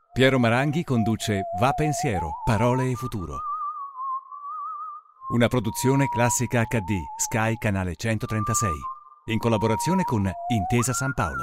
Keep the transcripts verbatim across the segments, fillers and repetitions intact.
Piero Maranghi conduce Va Pensiero, parole e futuro. Una produzione Classica acca di, Sky canale centotrentasei, in collaborazione con Intesa San Paolo.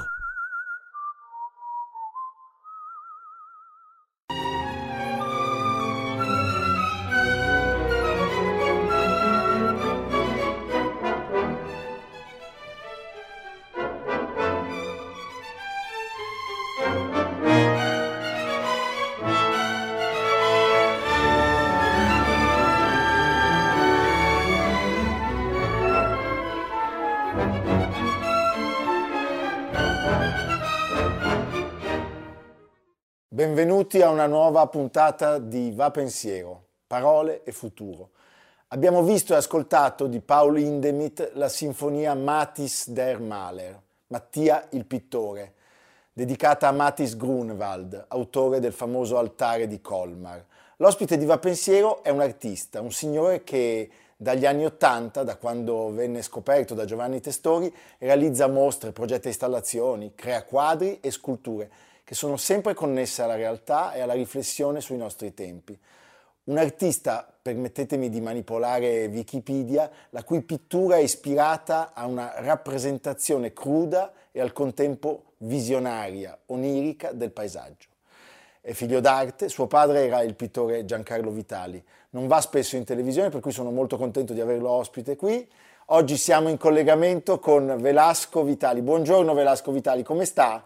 Benvenuti a una nuova puntata di Va Pensiero, parole e futuro. Abbiamo visto e ascoltato di Paul Hindemith la sinfonia Matthis der Maler, Mattia il pittore, dedicata a Mathis Grunewald, autore del famoso altare di Colmar. L'ospite di Va Pensiero è un artista, un signore che dagli anni Ottanta, da quando venne scoperto da Giovanni Testori, realizza mostre, progetta installazioni, crea quadri e sculture che sono sempre connesse alla realtà e alla riflessione sui nostri tempi. Un artista, permettetemi di manipolare Wikipedia, la cui pittura è ispirata a una rappresentazione cruda e al contempo visionaria, onirica del paesaggio. È figlio d'arte, suo padre era il pittore Giancarlo Vitali. Non va spesso in televisione, per cui sono molto contento di averlo ospite qui. Oggi siamo in collegamento con Velasco Vitali. Buongiorno Velasco Vitali, come sta?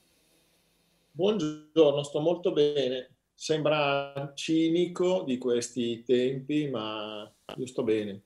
Buongiorno, sto molto bene. Sembra cinico di questi tempi, ma io sto bene.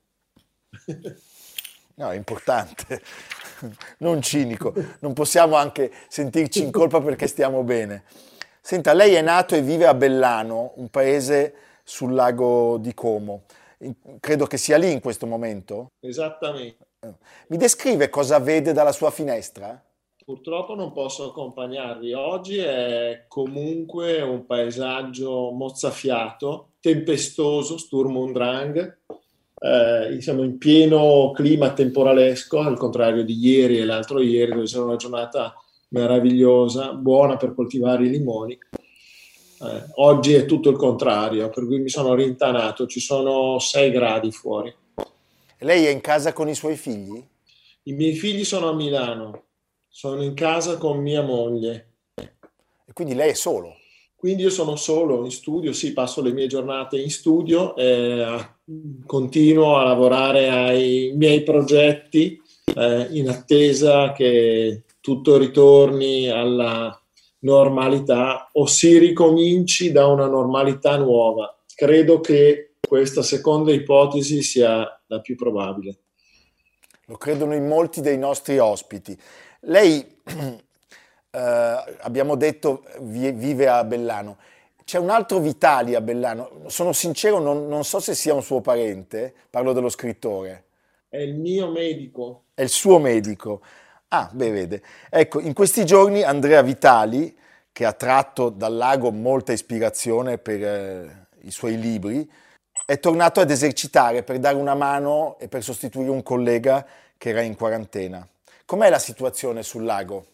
No, è importante, non cinico. Non possiamo anche sentirci in colpa perché stiamo bene. Senta, lei è nato e vive a Bellano, un paese sul lago di Como. Credo che sia lì in questo momento? Esattamente. Mi descrive cosa vede dalla sua finestra? Purtroppo non posso accompagnarvi. Oggi è comunque un paesaggio mozzafiato, tempestoso, Sturm und Drang. Eh, siamo in pieno clima temporalesco, al contrario di ieri e l'altro ieri, dove c'era una giornata meravigliosa, buona per coltivare i limoni. Eh, oggi è tutto il contrario, per cui mi sono rintanato, ci sono sei gradi fuori. Lei è in casa con i suoi figli? I miei figli sono a Milano. Sono in casa con mia moglie. E quindi lei è solo? Quindi io sono solo in studio, sì, passo le mie giornate in studio, e continuo a lavorare ai miei progetti eh, in attesa che tutto ritorni alla normalità o si ricominci da una normalità nuova. Credo che questa seconda ipotesi sia la più probabile. Lo credono in molti dei nostri ospiti. Lei, eh, abbiamo detto, vive a Bellano. C'è un altro Vitali a Bellano. Sono sincero, non, non so se sia un suo parente, parlo dello scrittore. È il mio medico. È il suo medico. Ah, beh, vede. Ecco, in questi giorni Andrea Vitali, che ha tratto dal lago molta ispirazione per eh, i suoi libri, è tornato ad esercitare per dare una mano e per sostituire un collega che era in quarantena. Com'è la situazione sul lago?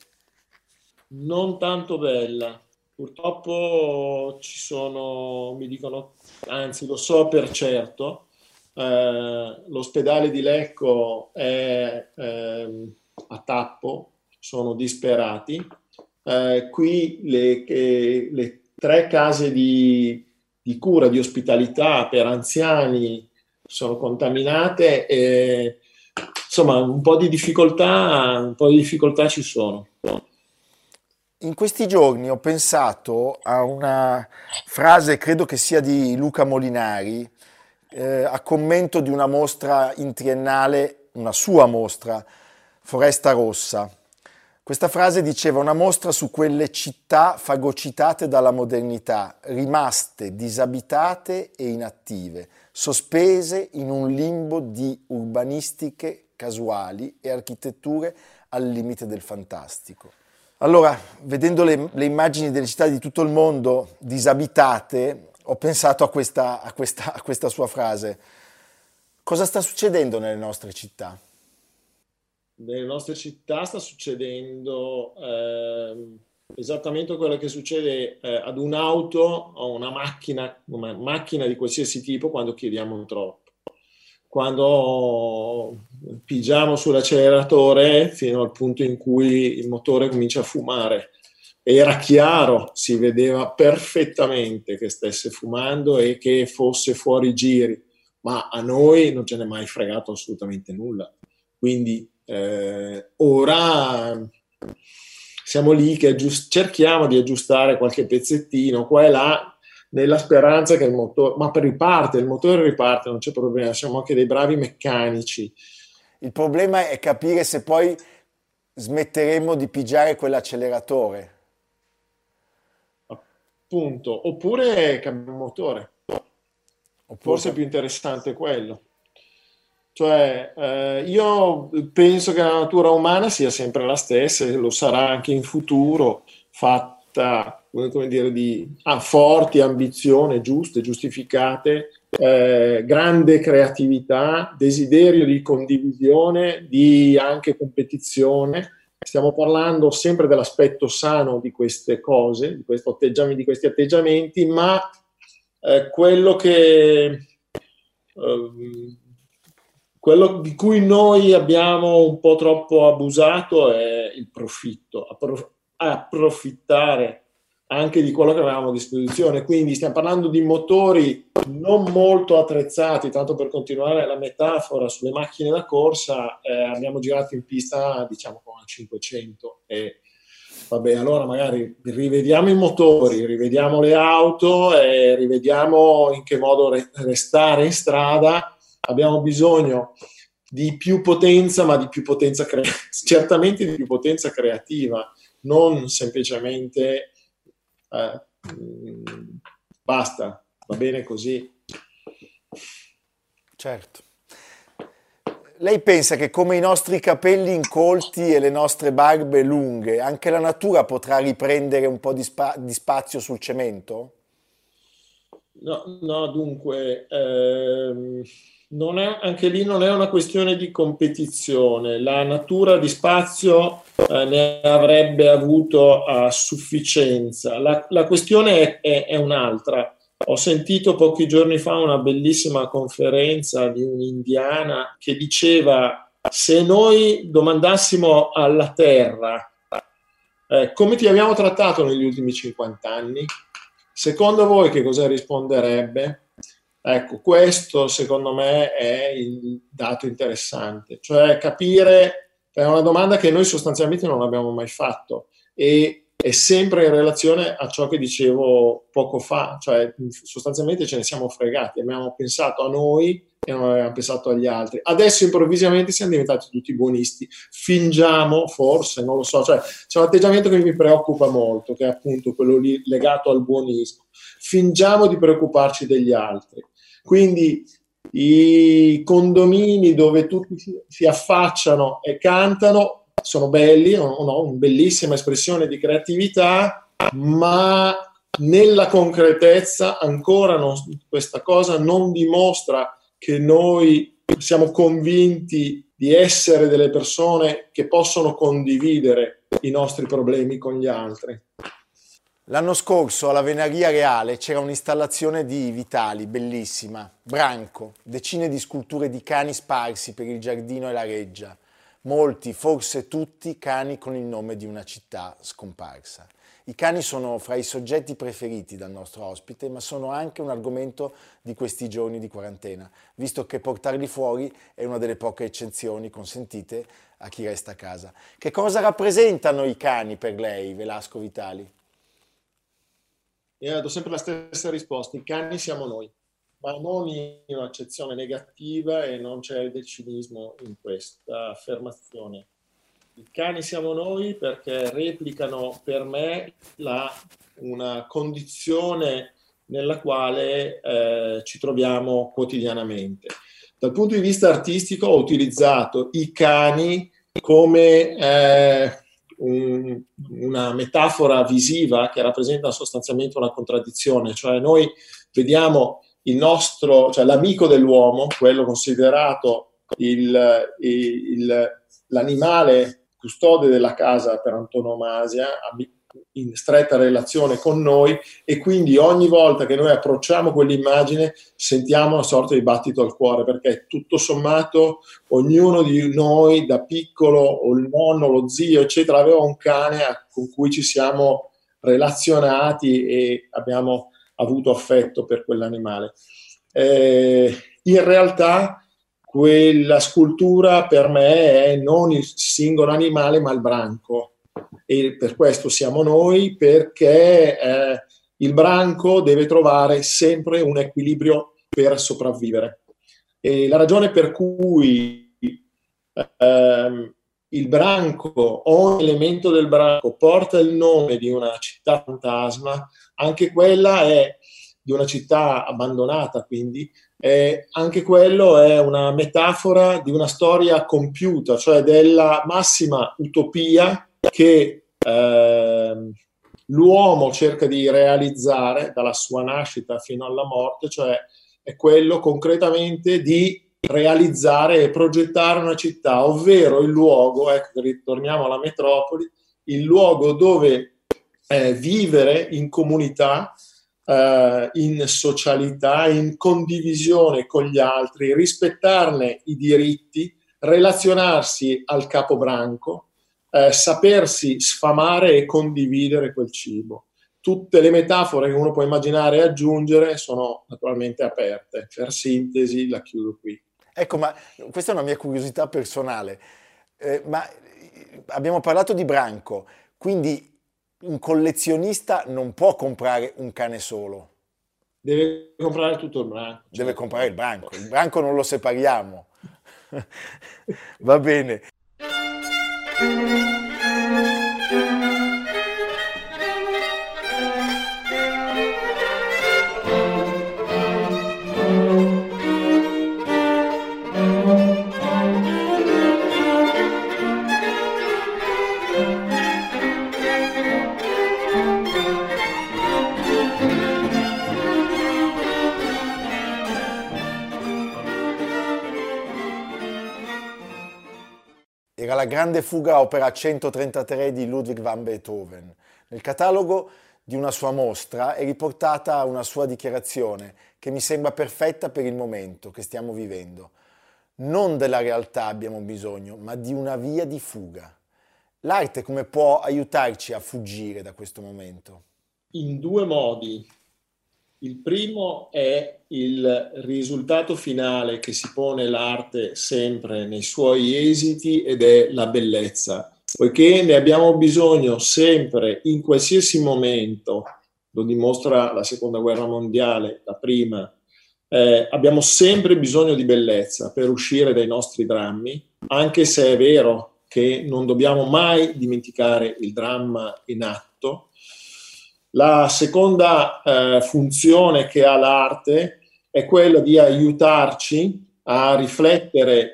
Non tanto bella. Purtroppo ci sono, mi dicono, anzi lo so per certo, eh, l'ospedale di Lecco è eh, a tappo, sono disperati. Eh, qui le, eh, le tre case di, di cura, di ospitalità per anziani sono contaminate e insomma un po' di difficoltà, un po' di difficoltà ci sono. In questi giorni ho pensato a una frase, credo che sia di Luca Molinari, eh, a commento di una mostra in triennale, una sua mostra, Foresta Rossa. Questa frase diceva: una mostra su quelle città fagocitate dalla modernità, rimaste disabitate e inattive, sospese in un limbo di urbanistiche casuali e architetture al limite del fantastico. Allora, vedendo le, le immagini delle città di tutto il mondo disabitate, ho pensato a questa, a questa, a questa sua frase. Cosa sta succedendo nelle nostre città? Nelle nostre città sta succedendo eh, esattamente quello che succede eh, ad un'auto o una macchina, una macchina di qualsiasi tipo quando chiediamo troppo. Quando pigiamo sull'acceleratore fino al punto in cui il motore comincia a fumare. Era chiaro, si vedeva perfettamente che stesse fumando e che fosse fuori giri, ma a noi non ce n'è mai fregato assolutamente nulla. Quindi eh, ora siamo lì che aggiust- cerchiamo di aggiustare qualche pezzettino qua e là, nella speranza che il motore, ma per riparte, il motore riparte, non c'è problema, siamo anche dei bravi meccanici. Il problema è capire se poi smetteremo di pigiare quell'acceleratore. Appunto, oppure cambiamo motore. Oppure... Forse è più interessante quello. Cioè, eh, io penso che la natura umana sia sempre la stessa e lo sarà anche in futuro, fatta, come dire, di ah, forti ambizioni giuste, giustificate, eh, grande creatività, desiderio di condivisione, di anche competizione. Stiamo parlando sempre dell'aspetto sano di queste cose, di, questo atteggiamento, di questi atteggiamenti, ma eh, quello che... Eh, quello di cui noi abbiamo un po' troppo abusato è il profitto, approf- approfittare anche di quello che avevamo a disposizione. Quindi stiamo parlando di motori non molto attrezzati, tanto per continuare la metafora sulle macchine da corsa, eh, abbiamo girato in pista diciamo con la cinquecento e vabbè, allora magari rivediamo i motori, rivediamo le auto e rivediamo in che modo re- restare in strada. Abbiamo bisogno di più potenza, ma di più potenza creativa, certamente di più potenza creativa, non semplicemente eh, basta, va bene così. Certo. Lei pensa che come i nostri capelli incolti e le nostre barbe lunghe, anche la natura potrà riprendere un po' di, spa- di spazio sul cemento? No, no dunque, ehm, non è, anche lì non è una questione di competizione. La natura di spazio eh, ne avrebbe avuto a sufficienza. La, la questione è, è, è un'altra. Ho sentito pochi giorni fa una bellissima conferenza di un'indiana che diceva: se noi domandassimo alla Terra eh, come ti abbiamo trattato negli ultimi cinquanta anni, secondo voi che cosa risponderebbe? Ecco, questo secondo me è il dato interessante, cioè capire, è una domanda che noi sostanzialmente non abbiamo mai fatto e è sempre in relazione a ciò che dicevo poco fa, cioè sostanzialmente ce ne siamo fregati, abbiamo pensato a noi e non avevamo pensato agli altri. Adesso improvvisamente siamo diventati tutti buonisti, fingiamo, forse, non lo so, cioè c'è un atteggiamento che mi preoccupa molto, che è appunto quello lì legato al buonismo. Fingiamo di preoccuparci degli altri. Quindi i condomini dove tutti si, si affacciano e cantano sono belli, no? Una bellissima espressione di creatività, ma nella concretezza ancora non, questa cosa non dimostra che noi siamo convinti di essere delle persone che possono condividere i nostri problemi con gli altri. L'anno scorso alla Venaria Reale c'era un'installazione di Vitali, bellissima, Branco, decine di sculture di cani sparsi per il giardino e la reggia. Molti, forse tutti, cani con il nome di una città scomparsa. I cani sono fra i soggetti preferiti dal nostro ospite, ma sono anche un argomento di questi giorni di quarantena, visto che portarli fuori è una delle poche eccezioni consentite a chi resta a casa. Che cosa rappresentano i cani per lei, Velasco Vitali? Io do sempre la stessa risposta: i cani siamo noi, ma non in un'accezione negativa e non c'è del cinismo in questa affermazione. I cani siamo noi perché replicano per me la, una condizione nella quale eh, ci troviamo quotidianamente. Dal punto di vista artistico ho utilizzato i cani come eh, un, una metafora visiva che rappresenta sostanzialmente una contraddizione, cioè noi vediamo il nostro, cioè l'amico dell'uomo, quello considerato il, il, l'animale custode della casa per antonomasia, in stretta relazione con noi, e quindi ogni volta che noi approcciamo quell'immagine sentiamo una sorta di battito al cuore, perché tutto sommato ognuno di noi da piccolo, o il nonno, lo zio, eccetera, aveva un cane con cui ci siamo relazionati e abbiamo avuto affetto per quell'animale. Eh, in realtà quella scultura per me è non il singolo animale ma il branco, e per questo siamo noi, perché eh, il branco deve trovare sempre un equilibrio per sopravvivere, e la ragione per cui eh, il branco, ogni elemento del branco porta il nome di una città fantasma, anche quella è di una città abbandonata, quindi eh, anche quello è una metafora di una storia compiuta, cioè della massima utopia che eh, l'uomo cerca di realizzare dalla sua nascita fino alla morte, cioè è quello concretamente di realizzare e progettare una città, ovvero il luogo, ecco, ritorniamo alla metropoli, il luogo dove eh, vivere in comunità, in socialità, in condivisione con gli altri, rispettarne i diritti, relazionarsi al capobranco, eh, sapersi sfamare e condividere quel cibo. Tutte le metafore che uno può immaginare e aggiungere sono naturalmente aperte. Per sintesi la chiudo qui. Ecco, ma questa è una mia curiosità personale, eh, ma abbiamo parlato di branco, quindi un collezionista non può comprare un cane solo. Deve comprare tutto il branco. Deve certo. comprare il branco. Il branco non lo separiamo. Va bene. Era La grande fuga, opera centotrentatré di Ludwig van Beethoven. Nel catalogo di una sua mostra è riportata una sua dichiarazione che mi sembra perfetta per il momento che stiamo vivendo. Non della realtà abbiamo bisogno, ma di una via di fuga. L'arte come può aiutarci a fuggire da questo momento? In due modi. Il primo è il risultato finale che si pone l'arte sempre nei suoi esiti, ed è la bellezza, poiché ne abbiamo bisogno sempre, in qualsiasi momento. Lo dimostra la seconda guerra mondiale, la prima. Eh, abbiamo sempre bisogno di bellezza per uscire dai nostri drammi, anche se è vero che non dobbiamo mai dimenticare il dramma in atto. La seconda eh, funzione che ha l'arte è quella di aiutarci a riflettere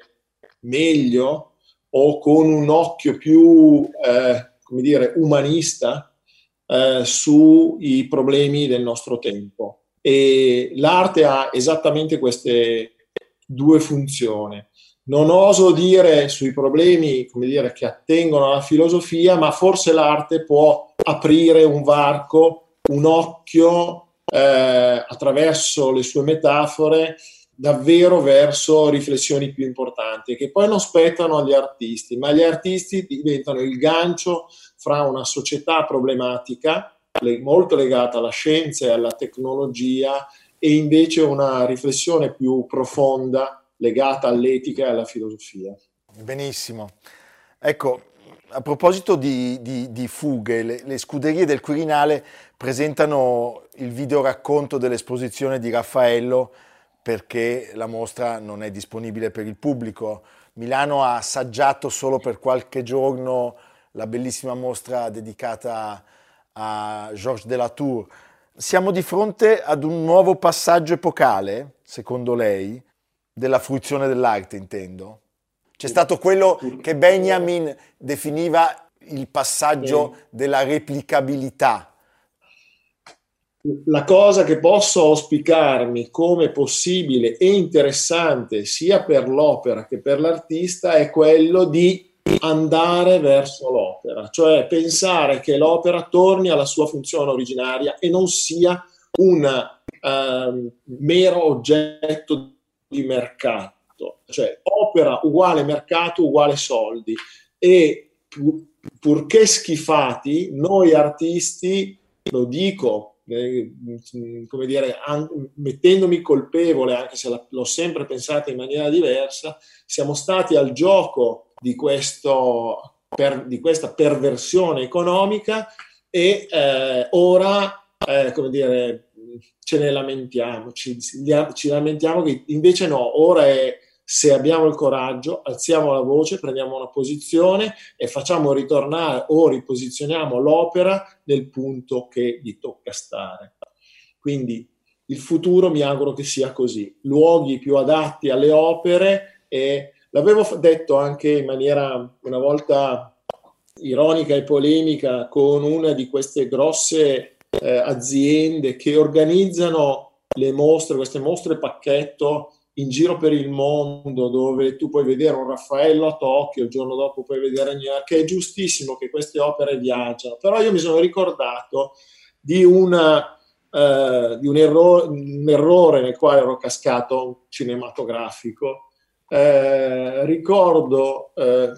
meglio, o con un occhio più, eh, come dire, umanista eh, sui problemi del nostro tempo. E l'arte ha esattamente queste due funzioni. Non oso dire sui problemi, come dire, che attengono alla filosofia, ma forse l'arte può aprire un varco, un occhio eh, attraverso le sue metafore davvero verso riflessioni più importanti, che poi non spettano agli artisti, ma gli artisti diventano il gancio fra una società problematica molto legata alla scienza e alla tecnologia, e invece una riflessione più profonda legata all'etica e alla filosofia. Benissimo. Ecco, a proposito di, di, di fughe, le, le Scuderie del Quirinale presentano il videoracconto dell'esposizione di Raffaello, perché la mostra non è disponibile per il pubblico. Milano ha assaggiato solo per qualche giorno la bellissima mostra dedicata a Georges de la Tour. Siamo di fronte ad un nuovo passaggio epocale, secondo lei, della fruizione dell'arte, intendo? C'è stato quello che Benjamin definiva il passaggio sì. della replicabilità. La cosa che posso auspicarmi come possibile e interessante sia per l'opera che per l'artista è quello di andare verso l'opera, l'opera, cioè pensare che l'opera torni alla sua funzione originaria e non sia un uh, mero oggetto di mercato, cioè opera uguale mercato uguale soldi, e pur, purché schifati, noi artisti, lo dico, Eh, come dire, an- mettendomi colpevole, anche se la- l'ho sempre pensata in maniera diversa, siamo stati al gioco di, questo, per, di questa perversione economica e eh, ora, eh, come dire, ce ne lamentiamo, ci, ci lamentiamo che invece no, ora è, se abbiamo il coraggio, alziamo la voce, prendiamo una posizione e facciamo ritornare o riposizioniamo l'opera nel punto che gli tocca stare. Quindi il futuro mi auguro che sia così, luoghi più adatti alle opere, e l'avevo detto anche in maniera una volta ironica e polemica con una di queste grosse eh, aziende che organizzano le mostre, queste mostre pacchetto in giro per il mondo, dove tu puoi vedere un Raffaello a Tokyo, il giorno dopo puoi vedere a New York, che è giustissimo che queste opere viaggiano, però io mi sono ricordato di, una, uh, di un, erro- un errore nel quale ero cascato cinematografico. Eh, ricordo eh,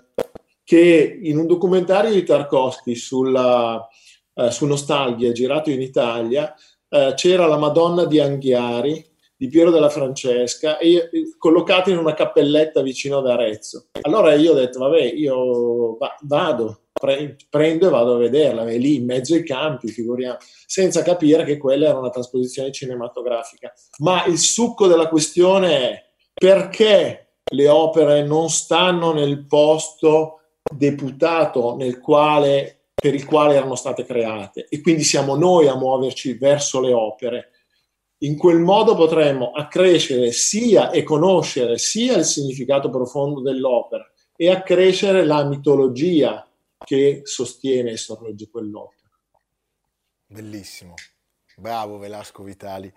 che in un documentario di Tarkovsky sulla, eh, su Nostalgia, girato in Italia, eh, c'era la Madonna di Anghiari, di Piero della Francesca, e io, collocata in una cappelletta vicino ad Arezzo. Allora io ho detto, vabbè, io va, vado, pre, prendo e vado a vederla, è lì in mezzo ai campi, figuriamo, senza capire che quella era una trasposizione cinematografica. Ma il succo della questione è perché le opere non stanno nel posto deputato nel quale, per il quale erano state create, e quindi siamo noi a muoverci verso le opere. In quel modo potremmo accrescere sia e conoscere sia il significato profondo dell'opera e accrescere la mitologia che sostiene e sorregge quell'opera. Bellissimo, bravo Velasco Vitali.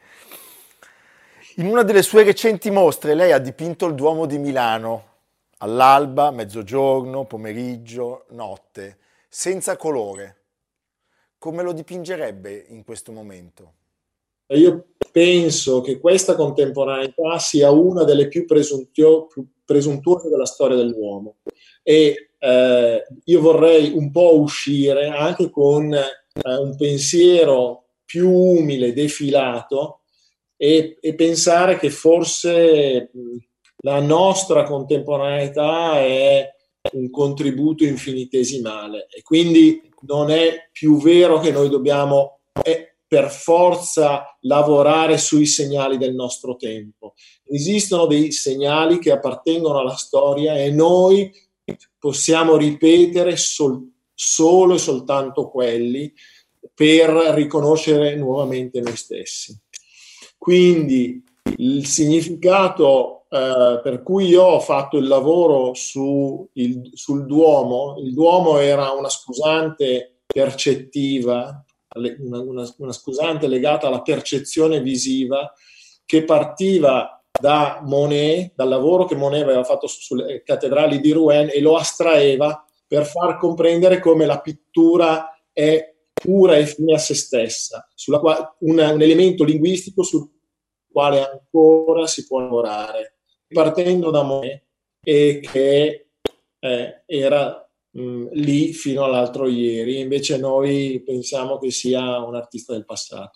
In una delle sue recenti mostre lei ha dipinto il Duomo di Milano, all'alba, mezzogiorno, pomeriggio, notte, senza colore. Come lo dipingerebbe in questo momento? Io penso che questa contemporaneità sia una delle più, presuntio- più presuntuose della storia dell'uomo, e eh, io vorrei un po' uscire anche con eh, un pensiero più umile, defilato, e, e pensare che forse mh, la nostra contemporaneità è un contributo infinitesimale, e quindi non è più vero che noi dobbiamo eh, per forza lavorare sui segnali del nostro tempo. Esistono dei segnali che appartengono alla storia e noi possiamo ripetere sol- solo e soltanto quelli per riconoscere nuovamente noi stessi. Quindi il significato eh, per cui io ho fatto il lavoro su il, sul Duomo, il Duomo era una scusante percettiva, una, una, una scusante legata alla percezione visiva, che partiva da Monet, dal lavoro che Monet aveva fatto sulle cattedrali di Rouen, e lo astraeva per far comprendere come la pittura è pura e fine a se stessa, sulla quale, una, un elemento linguistico sul quale ancora si può lavorare, partendo da Monet, e che eh, era mh, lì fino all'altro ieri, invece noi pensiamo che sia un artista del passato.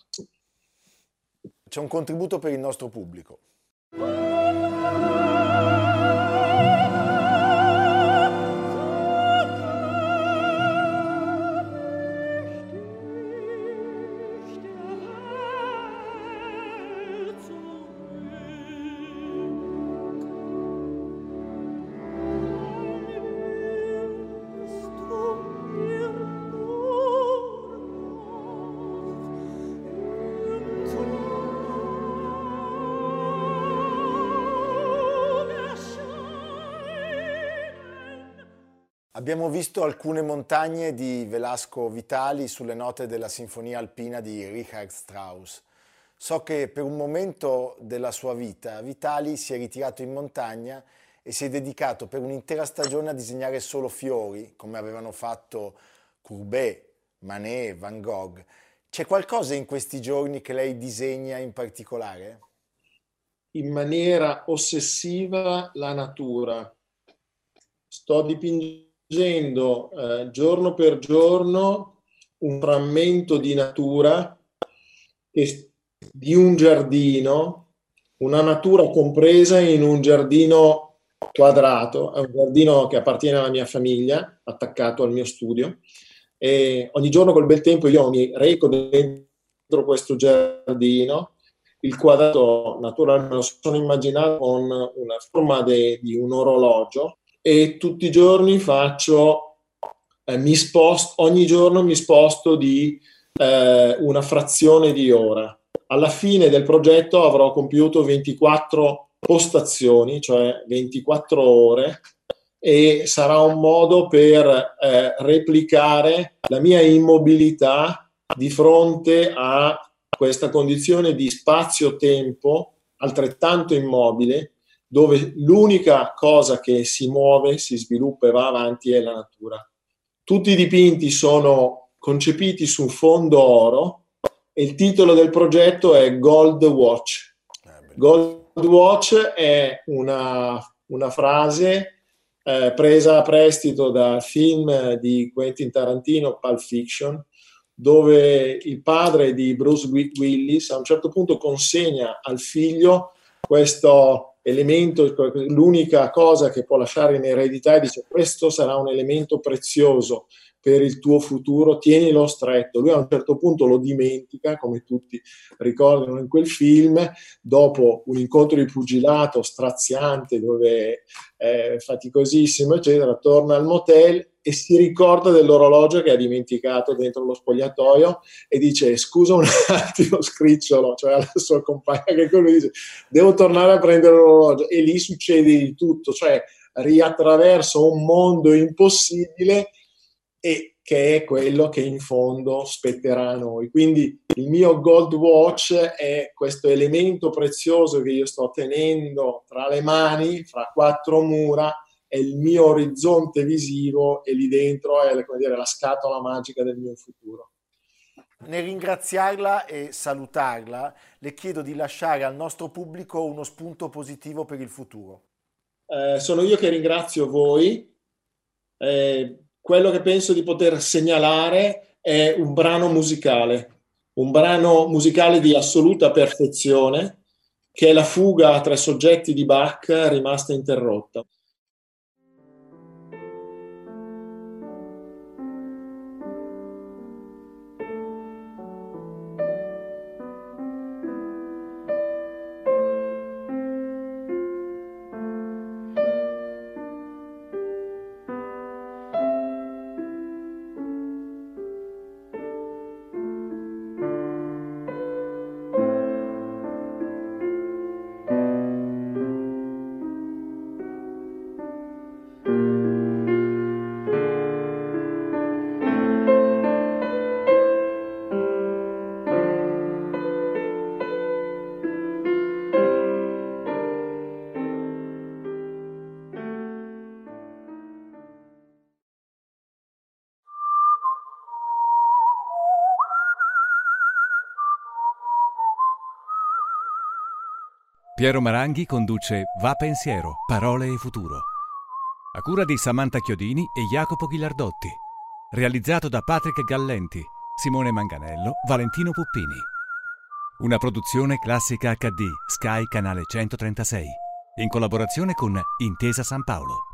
C'è un contributo per il nostro pubblico. Abbiamo visto alcune montagne di Velasco Vitali sulle note della Sinfonia Alpina di Richard Strauss. So che per un momento della sua vita Vitali si è ritirato in montagna e si è dedicato per un'intera stagione a disegnare solo fiori, come avevano fatto Courbet, Manet, Van Gogh. C'è qualcosa in questi giorni che lei disegna in particolare? In maniera ossessiva la natura. Sto dipingendo eh, giorno per giorno un frammento di natura che, di un giardino, una natura compresa in un giardino quadrato, è un giardino che appartiene alla mia famiglia, attaccato al mio studio, e ogni giorno col bel tempo io mi reco dentro questo giardino. Il quadrato naturalmente lo sono immaginato con una forma de, di un orologio, e tutti i giorni faccio, eh, mi sposto, ogni giorno mi sposto di eh, una frazione di ora. Alla fine del progetto avrò compiuto ventiquattro postazioni, cioè ventiquattro ore, e sarà un modo per eh, replicare la mia immobilità di fronte a questa condizione di spazio-tempo altrettanto immobile, dove l'unica cosa che si muove, si sviluppa e va avanti è la natura. Tutti i dipinti sono concepiti su fondo oro e il titolo del progetto è Gold Watch. Gold Watch è una, una frase eh, presa a prestito dal film di Quentin Tarantino, Pulp Fiction, dove il padre di Bruce Willis a un certo punto consegna al figlio questo elemento, l'unica cosa che può lasciare in eredità, e dice: questo sarà un elemento prezioso per il tuo futuro, tienilo stretto. Lui a un certo punto lo dimentica, come tutti ricordano in quel film, dopo un incontro di pugilato straziante dove è faticosissimo eccetera, torna al motel e si ricorda dell'orologio che ha dimenticato dentro lo spogliatoio e dice: scusa un attimo, scricciolo, cioè alla sua compagna, che quello dice: devo tornare a prendere l'orologio, e lì succede di tutto, cioè riattraverso un mondo impossibile, e che è quello che in fondo spetterà a noi. Quindi il mio Gold Watch è questo elemento prezioso che io sto tenendo tra le mani, fra quattro mura, è il mio orizzonte visivo, e lì dentro è, come dire, la scatola magica del mio futuro. Nel ringraziarla e salutarla, le chiedo di lasciare al nostro pubblico uno spunto positivo per il futuro. Eh, sono io che ringrazio voi. Eh, quello che penso di poter segnalare è un brano musicale, un brano musicale di assoluta perfezione, che è la fuga a tre soggetti di Bach rimasta interrotta. Piero Maranghi conduce Va Pensiero, Parole e Futuro. A cura di Samantha Chiodini e Jacopo Ghilardotti. Realizzato da Patrick Gallenti, Simone Manganello, Valentino Puppini. Una produzione Classica acca di, Sky Canale centotrentasei. In collaborazione con Intesa San Paolo.